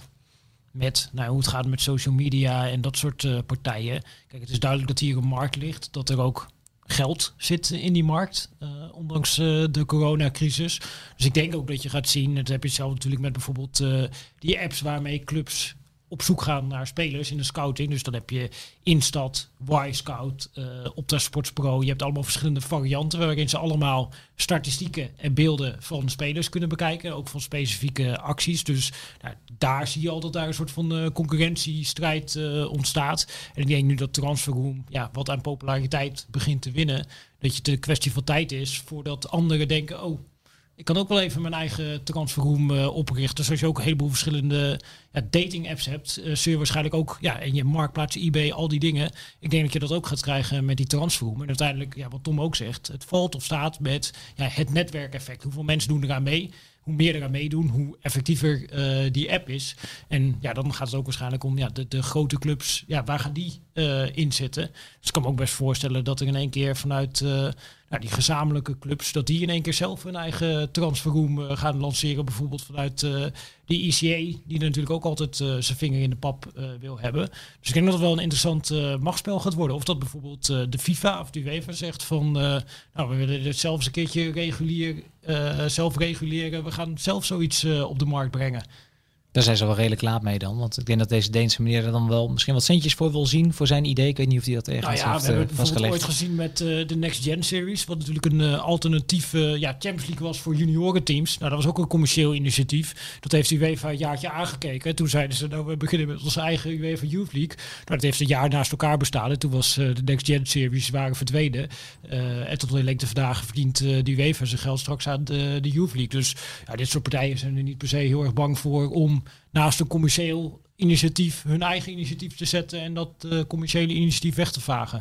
met nou, hoe het gaat met social media en dat soort uh, partijen. Kijk, het is duidelijk dat hier een markt ligt, dat er ook geld zit in die markt, uh, ondanks uh, de coronacrisis. Dus ik denk ook dat je gaat zien, dat heb je zelf natuurlijk met bijvoorbeeld uh, die apps waarmee clubs op zoek gaan naar spelers in de scouting. Dus dan heb je Instat, Y-Scout, uh, Opta Sports Pro. Je hebt allemaal verschillende varianten waarin ze allemaal statistieken en beelden van spelers kunnen bekijken. Ook van specifieke acties. Dus nou, daar zie je al dat daar een soort van uh, concurrentiestrijd uh, ontstaat. En ik denk nu dat Transferroom, ja, wat aan populariteit begint te winnen, dat het een kwestie van tijd is voordat anderen denken, oh, ik kan ook wel even mijn eigen transferroom uh, oprichten. Dus als je ook een heleboel verschillende ja, dating apps hebt, uh, zul je waarschijnlijk ook, ja, en je marktplaats, eBay, al die dingen. Ik denk dat je dat ook gaat krijgen met die transferroom. En uiteindelijk, ja, wat Tom ook zegt, het valt of staat met ja, het netwerkeffect. Hoeveel mensen doen eraan mee? Hoe meer eraan meedoen, hoe effectiever uh, die app is. En ja, dan gaat het ook waarschijnlijk om ja, de, de grote clubs. Ja, waar gaan die uh, in zitten? Dus ik kan me ook best voorstellen dat er in één keer vanuit uh, nou, die gezamenlijke clubs, dat die in één keer zelf hun eigen transferroom uh, gaan lanceren. Bijvoorbeeld vanuit uh, de I C A, die er natuurlijk ook altijd uh, zijn vinger in de pap uh, wil hebben. Dus ik denk dat het wel een interessant uh, machtsspel gaat worden. Of dat bijvoorbeeld uh, de FIFA of de UEFA zegt van, uh, nou, we willen dit zelfs een keertje regulier, uh, zelf reguleren. We gaan zelf zoiets uh, op de markt brengen.
Daar zijn ze wel redelijk laat mee dan. Want ik denk dat deze Deense meneer er dan wel misschien wat centjes voor wil zien voor zijn idee. Ik weet niet of hij dat ergens
nou ja,
heeft
we hebben het
uh,
bijvoorbeeld
vastgelegd.
ooit gezien met uh, de Next Gen Series. Wat natuurlijk een uh, alternatief uh, ja, Champions League was voor juniorenteams. Nou, dat was ook een commercieel initiatief. Dat heeft de UEFA een jaartje aangekeken. Toen zeiden ze, nou, we beginnen met onze eigen UEFA Youth League. Nou, dat heeft een jaar naast elkaar bestaan. En toen was uh, de Next Gen Series waren verdwenen. Uh, en tot de lengte vandaag verdient uh, de UEFA zijn geld straks aan de, de Youth League. Dus ja, dit soort partijen zijn er niet per se heel erg bang voor om naast een commercieel initiatief hun eigen initiatief te zetten en dat uh, commerciële initiatief weg te vagen.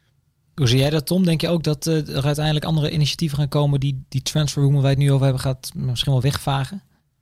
Hoe zie jij dat, Tom? Denk je ook dat uh, er uiteindelijk andere initiatieven gaan komen die die transferroom waar wij het nu over hebben gaat misschien wel wegvagen?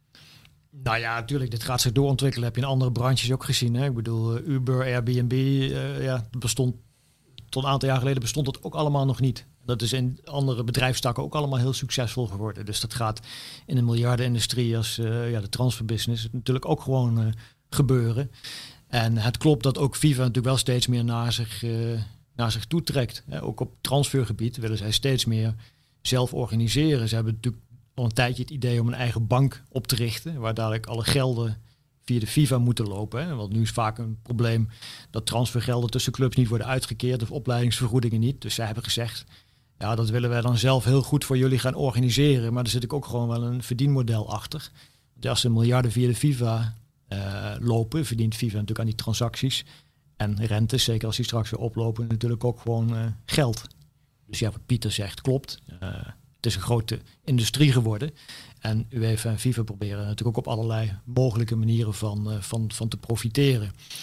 Nou ja, natuurlijk, dit gaat zich doorontwikkelen. Heb je in andere branches ook gezien. Hè? Ik bedoel, uh, Uber, Airbnb, uh, ja, bestond tot een aantal jaar geleden bestond dat ook allemaal nog niet. Dat is in andere bedrijfstakken ook allemaal heel succesvol geworden. Dus dat gaat in een miljardenindustrie als uh, ja, de transferbusiness natuurlijk ook gewoon uh, gebeuren. En het klopt dat ook FIFA natuurlijk wel steeds meer naar zich, uh, naar zich toe trekt. Uh, ook op transfergebied willen zij steeds meer zelf organiseren. Ze hebben natuurlijk al een tijdje het idee om een eigen bank op te richten, waar dadelijk alle gelden via de FIFA moeten lopen. Hè? Want nu is vaak een probleem dat transfergelden tussen clubs niet worden uitgekeerd of opleidingsvergoedingen niet. Dus zij hebben gezegd, ja, dat willen wij dan zelf heel goed voor jullie gaan organiseren. Maar er zit ook gewoon wel een verdienmodel achter. Want als er miljarden via de FIFA uh, lopen, verdient FIFA natuurlijk aan die transacties. En rentes, zeker als die straks weer oplopen, natuurlijk ook gewoon uh, geld. Dus ja, wat Pieter zegt, klopt. Uh, het is een grote industrie geworden. En UEFA en FIFA proberen natuurlijk ook op allerlei mogelijke manieren van, uh, van, van te profiteren.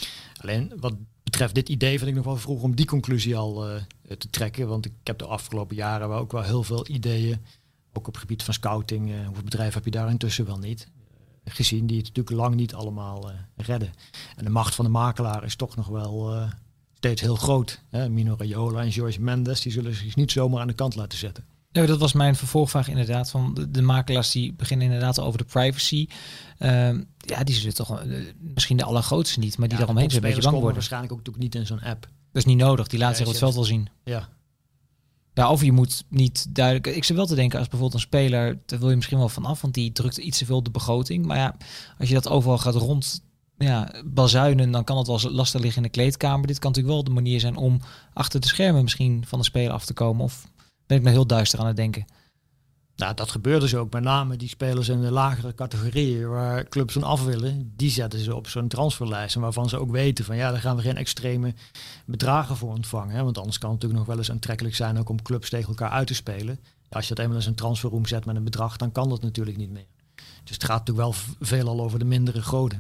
Alleen wat betreft dit idee vind ik nog wel vroeg om die conclusie al uh, te trekken. Want ik heb de afgelopen jaren wel ook wel heel veel ideeën, ook op het gebied van scouting. Uh, hoeveel bedrijven heb je daar intussen wel niet? Uh, gezien die het natuurlijk lang niet allemaal uh, redden. En de macht van de makelaar is toch nog wel uh, steeds heel groot. Hè? Mino Raiola en Jorge Mendes, die zullen zich niet zomaar aan de kant laten zetten.
Ja, dat was mijn vervolgvraag inderdaad. Van de, de makelaars die beginnen inderdaad over de privacy. Uh, ja, die zullen toch uh, misschien de allergrootste niet, maar die ja, daaromheen zijn een beetje bang worden.
Waarschijnlijk ook natuurlijk niet in zo'n app.
Dat is niet nodig. Die laten zich op het veld wel zien.
Ja.
Ja, of je moet niet duidelijk... Ik zit wel te denken als bijvoorbeeld een speler, daar wil je misschien wel van af, want die drukt iets te veel op de begroting. Maar ja, als je dat overal gaat rond ja, bazuinen, dan kan het wel lastig liggen in de kleedkamer. Dit kan natuurlijk wel de manier zijn om achter de schermen misschien van de speler af te komen. Of ben ik nou heel duister aan het denken?
Nou, dat gebeurt dus ook. Met name die spelers in de lagere categorieën waar clubs van af willen, die zetten ze op zo'n transferlijst. En waarvan ze ook weten van ja, daar gaan we geen extreme bedragen voor ontvangen. Hè? Want anders kan het natuurlijk nog wel eens aantrekkelijk zijn ook om clubs tegen elkaar uit te spelen. Ja, als je dat eenmaal in een transferroom zet met een bedrag, dan kan dat natuurlijk niet meer. Dus het gaat natuurlijk wel veelal over de mindere grote.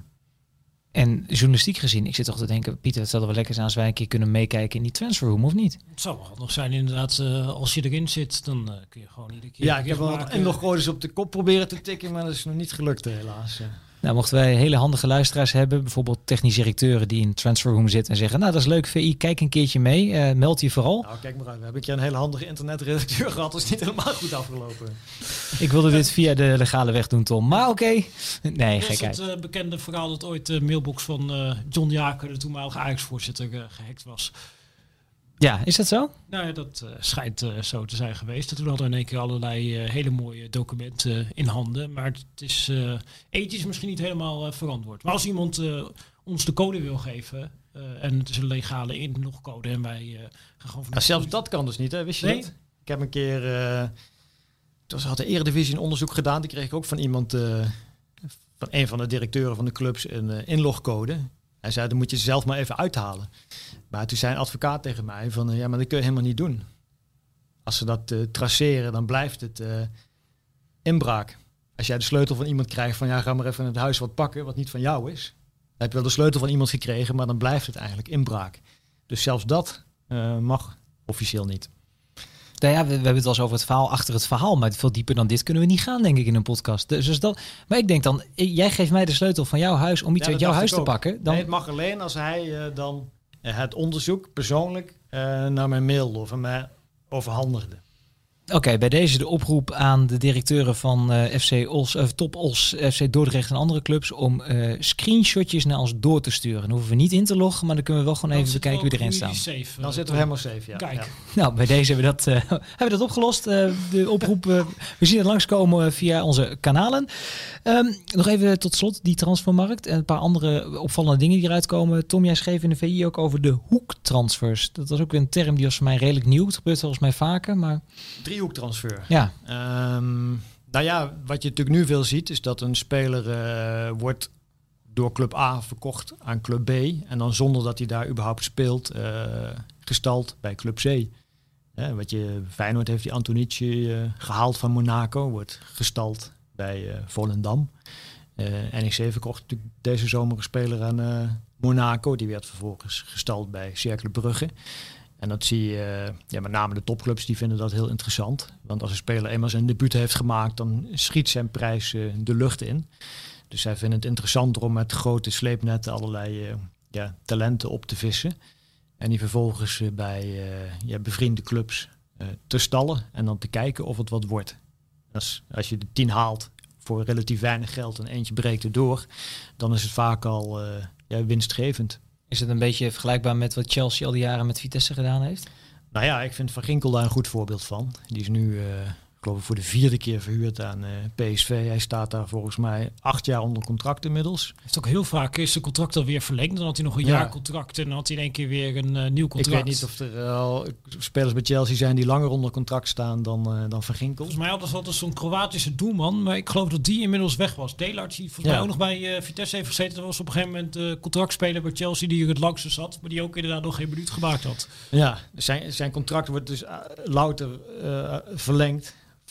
En journalistiek gezien, ik zit toch te denken, Pieter, het zou er wel lekker zijn als wij een keer kunnen meekijken in die transferroom, of niet?
Het zou wel handig zijn inderdaad, uh, als je erin zit, dan uh, kun je gewoon iedere keer...
Ja, ik heb wel wat inlogcodes op de kop proberen te tikken, maar dat is nog niet gelukt helaas.
Nou, mochten wij hele handige luisteraars hebben, bijvoorbeeld technisch directeuren die in een transferroom zitten en zeggen, nou dat is leuk V I, kijk een keertje mee, uh, meld je vooral.
Nou, kijk maar uit, we hebben een keer een hele handige internetredacteur gehad, dat is niet helemaal goed afgelopen.
Ik wilde dit via de legale weg doen, Tom, maar oké. Okay. Nee, gekheid.
Het uh, bekende verhaal dat ooit de mailbox van uh, John Jaker, de toenmalige Ajax-voorzitter, uh, gehackt was.
Ja, is dat zo?
Nou ja, dat uh, schijnt uh, zo te zijn geweest. En toen hadden we in één keer allerlei uh, hele mooie documenten uh, in handen. Maar het is uh, ethisch misschien niet helemaal uh, verantwoord. Maar als iemand uh, ons de code wil geven, uh, en het is een legale inlogcode en wij uh, gaan gewoon...
Nou, zelfs dat kan dus niet, hè? Wist je nee? dat? Ik heb een keer... Uh, toen had de Eredivisie een onderzoek gedaan. Die kreeg ik ook van iemand, uh, van een van de directeuren van de clubs, een uh, inlogcode. Hij zei, dan moet je zelf maar even uithalen. Maar toen zei een advocaat tegen mij van, uh, ja, maar dat kun je helemaal niet doen. Als ze dat uh, traceren, dan blijft het uh, inbraak. Als jij de sleutel van iemand krijgt van, ja, ga maar even in het huis wat pakken, wat niet van jou is. Dan heb je wel de sleutel van iemand gekregen, maar dan blijft het eigenlijk inbraak. Dus zelfs dat uh, mag officieel niet.
Nou ja, we, we hebben het wel eens over het verhaal achter het verhaal. Maar veel dieper dan dit kunnen we niet gaan, denk ik, in een podcast. Dus dat, maar ik denk dan, jij geeft mij de sleutel van jouw huis om iets ja, uit jouw huis te pakken. Dan...
Nee, het mag alleen als hij uh, dan uh, het onderzoek persoonlijk uh, naar mijn mailde of aan mij overhandigde.
Oké, okay, bij deze de oproep aan de directeuren van uh, F C Os, uh, Top Os, F C Dordrecht en andere clubs om uh, screenshotjes naar ons door te sturen. Dan hoeven we niet in te loggen, maar dan kunnen we wel gewoon dan even bekijken wie erin staat.
Safe, uh,
dan zitten we helemaal safe, ja.
Kijk.
Ja.
Nou, bij deze hebben we dat, uh, hebben we dat opgelost. Uh, de oproep, uh, we zien het langskomen via onze kanalen. Um, nog even tot slot die transfermarkt en een paar andere opvallende dingen die eruit komen. Tom, jij schreef in de V I ook over de hoektransfers. Dat was ook weer een term die was voor mij redelijk nieuw. Het gebeurt volgens mij vaker, maar...
Driehoektransfer.
Ja.
Um, nou ja, wat je natuurlijk nu veel ziet, is dat een speler uh, wordt door club A verkocht aan club B. En dan zonder dat hij daar überhaupt speelt, uh, gestald bij club C. Ja, wat je, Feyenoord heeft die Antonici uh, gehaald van Monaco, wordt gestald bij uh, Volendam. Uh, N E C verkocht natuurlijk deze zomer een speler aan uh, Monaco. Die werd vervolgens gestald bij Cercle Brugge. En dat zie je, uh, ja, met name de topclubs, die vinden dat heel interessant. Want als een speler eenmaal zijn debuut heeft gemaakt, dan schiet zijn prijs uh, de lucht in. Dus zij vinden het interessanter om met grote sleepnetten allerlei uh, ja, talenten op te vissen. En die vervolgens uh, bij uh, ja, bevriende clubs uh, te stallen en dan te kijken of het wat wordt. Als, als je de tien haalt voor relatief weinig geld en eentje breekt erdoor, dan is het vaak al uh, ja, winstgevend.
Is het een beetje vergelijkbaar met wat Chelsea al die jaren met Vitesse gedaan heeft?
Nou ja, ik vind Van Ginkel daar een goed voorbeeld van. Die is nu, uh, ik geloof ik, voor de vierde keer verhuurd aan uh, P S V. Hij staat daar volgens mij acht jaar onder contract inmiddels.
Hij heeft ook heel vaak is zijn contract alweer verlengd. Dan had hij nog een ja. jaar contract en dan had hij in één keer weer een uh, nieuw contract.
Ik weet niet of er al uh, spelers bij Chelsea zijn die langer onder contract staan dan, uh, dan Van Ginkel.
Volgens mij hadden ze altijd zo'n Kroatische doelman, maar ik geloof dat die inmiddels weg was. Delart, die volgens ja. mij ook nog bij uh, Vitesse heeft gezeten. Dat was op een gegeven moment de uh, contractspeler bij Chelsea die er het langste zat, maar die ook inderdaad nog geen minuut gemaakt had.
Ja, zijn, zijn contract wordt dus uh, louter uh, verlengd.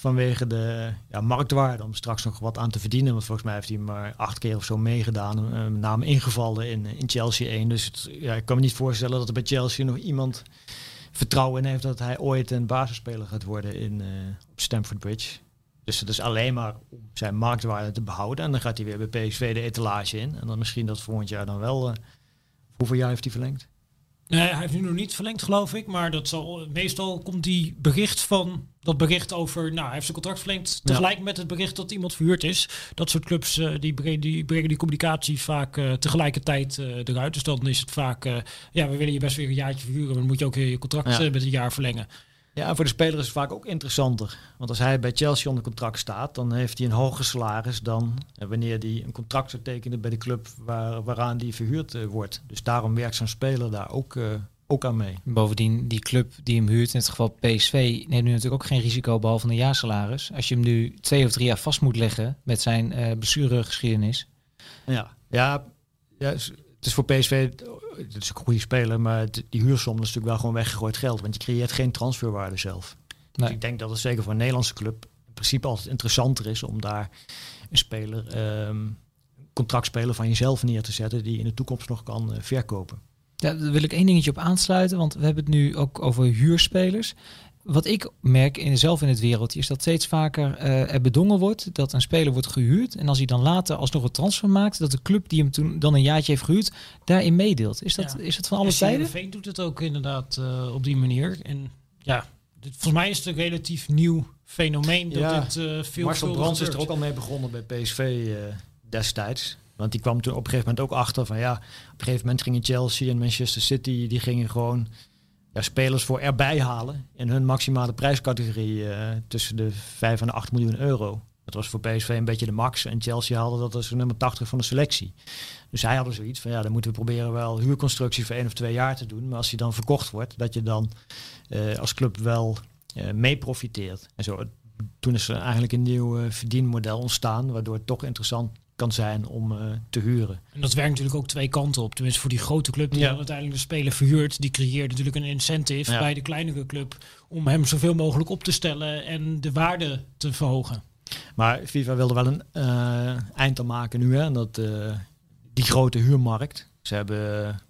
vanwege de ja, marktwaarde, om straks nog wat aan te verdienen. Want volgens mij heeft hij maar acht keer of zo meegedaan. Uh, met name ingevallen in, in Chelsea één. Dus het, ja, ik kan me niet voorstellen dat er bij Chelsea nog iemand vertrouwen in heeft dat hij ooit een basisspeler gaat worden in, uh, op Stamford Bridge. Dus het is alleen maar om zijn marktwaarde te behouden. En dan gaat hij weer bij P S V de etalage in. En dan misschien dat volgend jaar dan wel. Uh, hoeveel jaar heeft hij verlengd?
Nee, hij heeft nu nog niet verlengd, geloof ik. Maar dat zal, meestal komt die bericht van dat bericht over, nou, hij heeft zijn contract verlengd tegelijk ja. met het bericht dat iemand verhuurd is. Dat soort clubs uh, die, brengen, die brengen die communicatie vaak uh, tegelijkertijd uh, eruit. Dus dan is het vaak, uh, ja, we willen je best weer een jaartje verhuren, maar dan moet je ook weer je contract ja. uh, met een jaar verlengen.
Ja, en voor de speler is het vaak ook interessanter. Want als hij bij Chelsea onder contract staat, dan heeft hij een hoger salaris dan wanneer hij een contract zou tekenen bij de club waar, waaraan hij verhuurd uh, wordt. Dus daarom werkt zo'n speler daar ook, uh, ook aan mee.
Bovendien, die club die hem huurt, in het geval P S V, neemt nu natuurlijk ook geen risico behalve een jaarsalaris. Als je hem nu twee of drie jaar vast moet leggen met zijn uh, blessuregeschiedenis.
Ja, ja, ja, het is voor P S V, het is een goede speler, maar die huursom is natuurlijk wel gewoon weggegooid geld. Want je creëert geen transferwaarde zelf. Nee. Dus ik denk dat het zeker voor een Nederlandse club in principe altijd interessanter is om daar een speler, um, contractspeler van jezelf neer te zetten die in de toekomst nog kan uh, verkopen.
Ja, daar wil ik één dingetje op aansluiten, want we hebben het nu ook over huurspelers. Wat ik merk in, zelf in het wereldje is dat steeds vaker uh, er bedongen wordt dat een speler wordt gehuurd. En als hij dan later alsnog een transfer maakt, dat de club die hem toen dan een jaartje heeft gehuurd, daarin meedeelt. Is dat, ja. is dat van alle tijden?
Veen doet het ook inderdaad uh, op die manier. En ja, dit, volgens mij is het een relatief nieuw fenomeen dat
ja.
dit uh, veel
Marcel Brands is er ook al mee begonnen bij P S V uh, destijds. Want die kwam toen op een gegeven moment ook achter van ja, op een gegeven moment gingen Chelsea en Manchester City, die gingen gewoon ja, spelers voor erbij halen in hun maximale prijscategorie uh, tussen de vijf en de acht miljoen euro. Dat was voor P S V een beetje de max en Chelsea haalde dat als nummer tachtig van de selectie. Dus hij had er zoiets van ja, dan moeten we proberen wel huurconstructie voor één of twee jaar te doen. Maar als die dan verkocht wordt, dat je dan uh, als club wel uh, mee profiteert. En zo, toen is er eigenlijk een nieuw uh, verdienmodel ontstaan, waardoor het toch interessant kan zijn om uh, te huren.
En dat werkt natuurlijk ook twee kanten op. Tenminste voor die grote club die ja. dan uiteindelijk de speler verhuurt, die creëert natuurlijk een incentive ja. bij de kleinere club om hem zoveel mogelijk op te stellen en de waarde te verhogen.
Maar FIFA wilde wel een uh, eind aan maken nu, hè, dat uh, die grote huurmarkt. Ze hebben uh,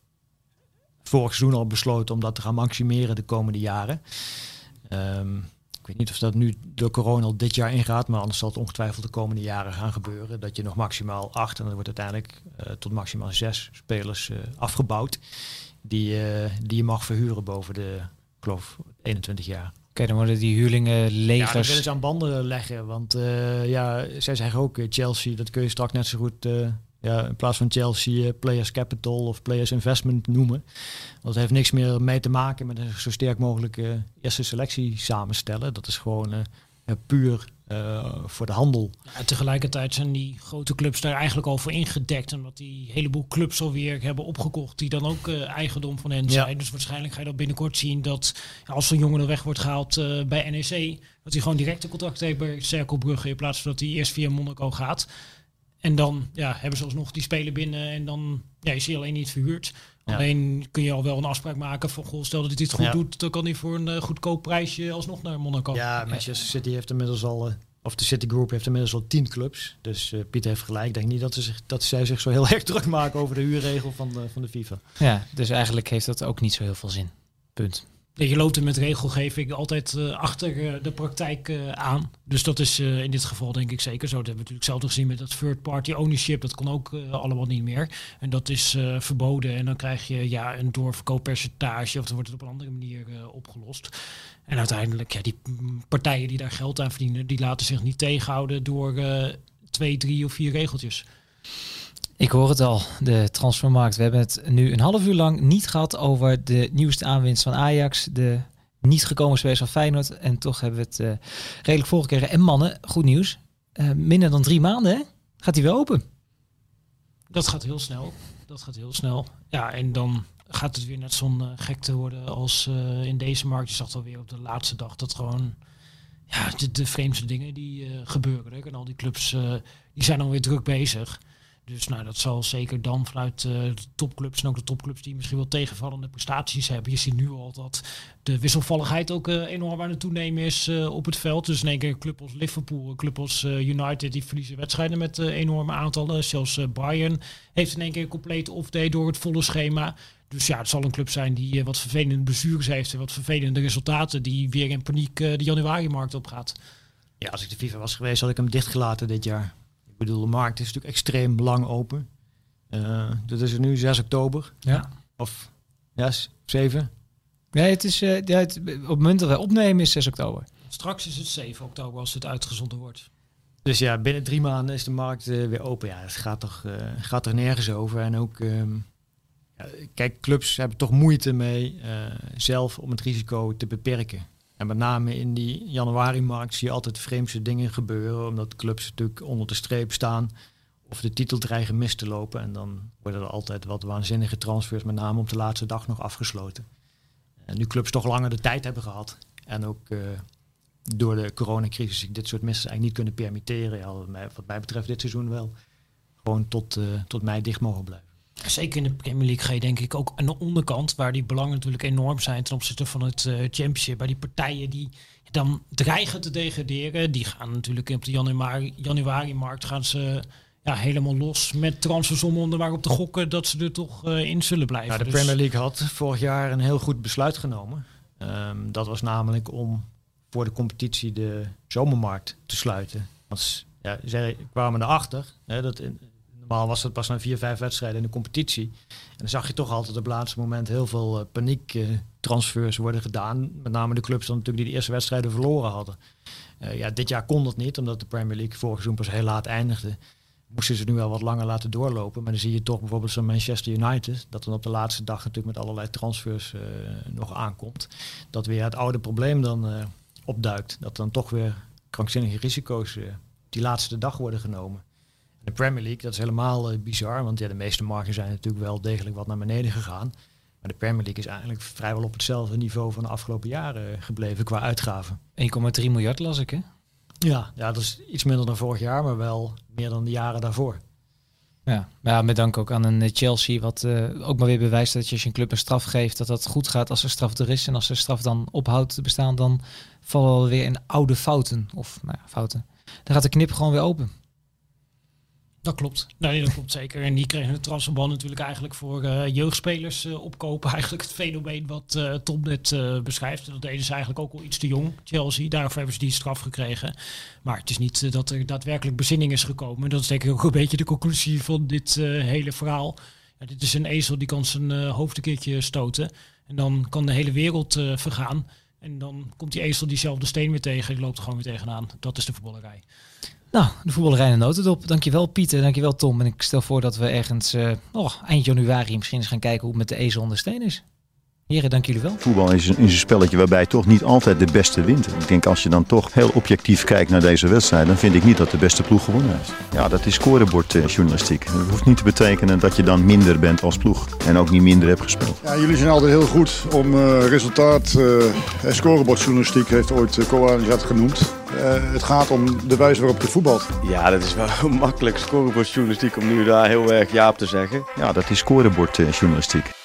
vorig seizoen al besloten om dat te gaan maximeren de komende jaren. Um, Ik weet niet of dat nu door corona al dit jaar ingaat, maar anders zal het ongetwijfeld de komende jaren gaan gebeuren. Dat je nog maximaal acht en dan wordt uiteindelijk uh, tot maximaal zes spelers uh, afgebouwd die, uh, die je mag verhuren boven de, ik geloof, eenentwintig jaar.
Oké, okay, dan worden die huurlingen legers.
Ja, dat willen ze aan banden leggen, want uh, ja, zij zeggen ook uh, Chelsea, dat kun je straks net zo goed uh, ja, in plaats van Chelsea uh, Players Capital of Players Investment noemen. Want het heeft niks meer mee te maken met een zo sterk mogelijke uh, eerste selectie samenstellen. Dat is gewoon uh, uh, puur uh, voor de handel.
Ja, tegelijkertijd zijn die grote clubs daar eigenlijk al voor ingedekt. Omdat die heleboel clubs alweer hebben opgekocht die dan ook uh, eigendom van hen zijn. Ja. Dus waarschijnlijk ga je dat binnenkort zien dat ja, als zo'n jongen er weg wordt gehaald uh, bij N E C, dat hij gewoon direct een contract heeft bij Cercle Brugge in plaats van dat hij eerst via Monaco gaat. En dan ja, hebben ze alsnog die speler binnen en dan ja, is hij alleen niet verhuurd. Ja. Alleen kun je al wel een afspraak maken van goh, stel dat hij dit goed ja. doet, dan kan hij voor een uh, goedkoop prijsje alsnog naar Monaco.
Ja, Manchester City heeft inmiddels al, uh, of de City Group heeft inmiddels al tien clubs. Dus uh, Piet heeft gelijk. Ik denk niet dat, ze zich, dat zij zich zo heel erg druk maken over de huurregel van de, van de FIFA.
Ja, dus eigenlijk heeft dat ook niet zo heel veel zin. Punt.
Ja, je loopt er met regelgeving altijd uh, achter uh, de praktijk uh, aan. Dus dat is uh, in dit geval denk ik zeker zo. Dat hebben we natuurlijk zelf gezien met dat third party ownership. Dat kon ook uh, allemaal niet meer. En dat is uh, verboden. En dan krijg je ja, een doorverkooppercentage. Of dan wordt het op een andere manier uh, opgelost. En uiteindelijk, ja, die partijen die daar geld aan verdienen, die laten zich niet tegenhouden door uh, twee, drie of vier regeltjes.
Ik hoor het al, de transfermarkt. We hebben het nu een half uur lang niet gehad over de nieuwste aanwinst van Ajax. De niet gekomen spelers van Feyenoord. En toch hebben we het uh, redelijk voorgekregen. En mannen, goed nieuws. Uh, minder dan drie maanden, hè? Gaat hij weer open?
Dat gaat heel snel. Dat gaat heel snel. Ja, en dan gaat het weer net zo'n uh, gekte worden als uh, in deze markt. Je zag het alweer op de laatste dag dat gewoon ja, de, de vreemdste dingen die uh, gebeuren. Hè? En al die clubs uh, die zijn dan weer druk bezig. Dus nou, dat zal zeker dan vanuit uh, de topclubs en ook de topclubs die misschien wel tegenvallende prestaties hebben. Je ziet nu al dat de wisselvalligheid ook uh, enorm aan het toenemen is uh, op het veld. Dus in één keer een club als Liverpool, een club als uh, United, die verliezen wedstrijden met uh, enorme aantallen. Zelfs uh, Bayern heeft in één keer een complete off-day door het volle schema. Dus ja, het zal een club zijn die uh, wat vervelende blessures heeft en wat vervelende resultaten, die weer in paniek uh, de januari-markt opgaat.
Ja, als ik de FIFA was geweest, had ik hem dichtgelaten dit jaar. Ik bedoel, de markt is natuurlijk extreem lang open. Uh, dat is er nu zes oktober.
Ja.
Of ja, zeven.
Nee, het is uh, ja, het, op het moment dat wij opnemen is zes oktober.
Straks is het zeven oktober als het uitgezonden wordt.
Dus ja, binnen drie maanden is de markt uh, weer open. Ja, het gaat toch, uh, gaat er nergens over. En ook, um, ja, kijk, clubs hebben toch moeite mee uh, zelf om het risico te beperken. En met name in die januari-markt zie je altijd vreemdste dingen gebeuren. Omdat de clubs natuurlijk onder de streep staan. Of de titel dreigen mis te lopen. En dan worden er altijd wat waanzinnige transfers, met name op de laatste dag, nog afgesloten. En nu clubs toch langer de tijd hebben gehad. En ook uh, door de coronacrisis zich dit soort missen eigenlijk niet kunnen permitteren. Ja, wat, mij, wat mij betreft dit seizoen wel gewoon tot, uh, tot mei dicht mogen blijven.
Zeker in de Premier League ga je denk ik ook aan de onderkant, waar die belangen natuurlijk enorm zijn ten opzichte van het uh, Championship. Waar die partijen die dan dreigen te degraderen, die gaan natuurlijk op de januari, januari-markt gaan ze ja, helemaal los met transfersommen om er maar op te gokken dat ze er toch uh, in zullen blijven.
Nou, de
dus
Premier League had vorig jaar een heel goed besluit genomen. Um, dat was namelijk om voor de competitie de zomermarkt te sluiten. Want ja, zij kwamen erachter, hè, dat in, normaal was het pas na vier, vijf wedstrijden in de competitie. En dan zag je toch altijd op het laatste moment heel veel uh, paniek uh, transfers worden gedaan. Met name de clubs dan natuurlijk die de eerste wedstrijden verloren hadden. Uh, ja, dit jaar kon dat niet, omdat de Premier League vorig seizoen pas heel laat eindigde. Moesten ze nu wel wat langer laten doorlopen. Maar dan zie je toch bijvoorbeeld zo'n Manchester United, dat dan op de laatste dag natuurlijk met allerlei transfers uh, nog aankomt. Dat weer het oude probleem dan uh, opduikt. Dat dan toch weer krankzinnige risico's uh, die laatste dag worden genomen. De Premier League, dat is helemaal uh, bizar, want ja, de meeste markten zijn natuurlijk wel degelijk wat naar beneden gegaan. Maar de Premier League is eigenlijk vrijwel op hetzelfde niveau van de afgelopen jaren gebleven qua uitgaven.
één komma drie miljard las ik, hè?
Ja, ja, dat is iets minder dan vorig jaar, maar wel meer dan de jaren daarvoor.
Ja, ja, met dank ook aan een Chelsea, wat uh, ook maar weer bewijst dat je als je een club een straf geeft, dat dat goed gaat als er straf er is. En als er straf dan ophoudt te bestaan, dan vallen we weer in oude fouten. Of nou ja, fouten. Dan gaat de knip gewoon weer open.
Dat klopt. Nee, dat klopt zeker. En die kregen de transferban natuurlijk eigenlijk voor uh, jeugdspelers uh, opkopen. Eigenlijk het fenomeen wat uh, Tom net uh, beschrijft. Dat deden ze eigenlijk ook al iets te jong, Chelsea. Daarvoor hebben ze die straf gekregen. Maar het is niet uh, dat er daadwerkelijk bezinning is gekomen. Dat is denk ik ook een beetje de conclusie van dit uh, hele verhaal. Ja, dit is een ezel die kan zijn uh, hoofd een keertje stoten. En dan kan de hele wereld uh, vergaan. En dan komt die ezel diezelfde steen weer tegen. Die loopt er gewoon weer tegenaan. Dat is de voetballerij.
Nou, de voetballerij en de notendop. Dankjewel Pieter, dankjewel Tom. En ik stel voor dat we ergens uh, oh, eind januari misschien eens gaan kijken hoe het met de ezel onder steen is. Heren, dank jullie wel.
Voetbal is een, is een spelletje waarbij toch niet altijd de beste wint. Ik denk als je dan toch heel objectief kijkt naar deze wedstrijd, dan vind ik niet dat de beste ploeg gewonnen heeft. Ja, dat is scorebordjournalistiek. Dat hoeft niet te betekenen dat je dan minder bent als ploeg. En ook niet minder hebt gespeeld.
Ja, jullie zijn altijd heel goed om uh, resultaat uh, en scorebordjournalistiek heeft ooit uh, Coani dat genoemd. Uh, het gaat om de wijze waarop je voetbalt.
Ja, dat is wel makkelijk scorebordjournalistiek om nu daar heel erg ja op te zeggen.
Ja, dat is scorebordjournalistiek.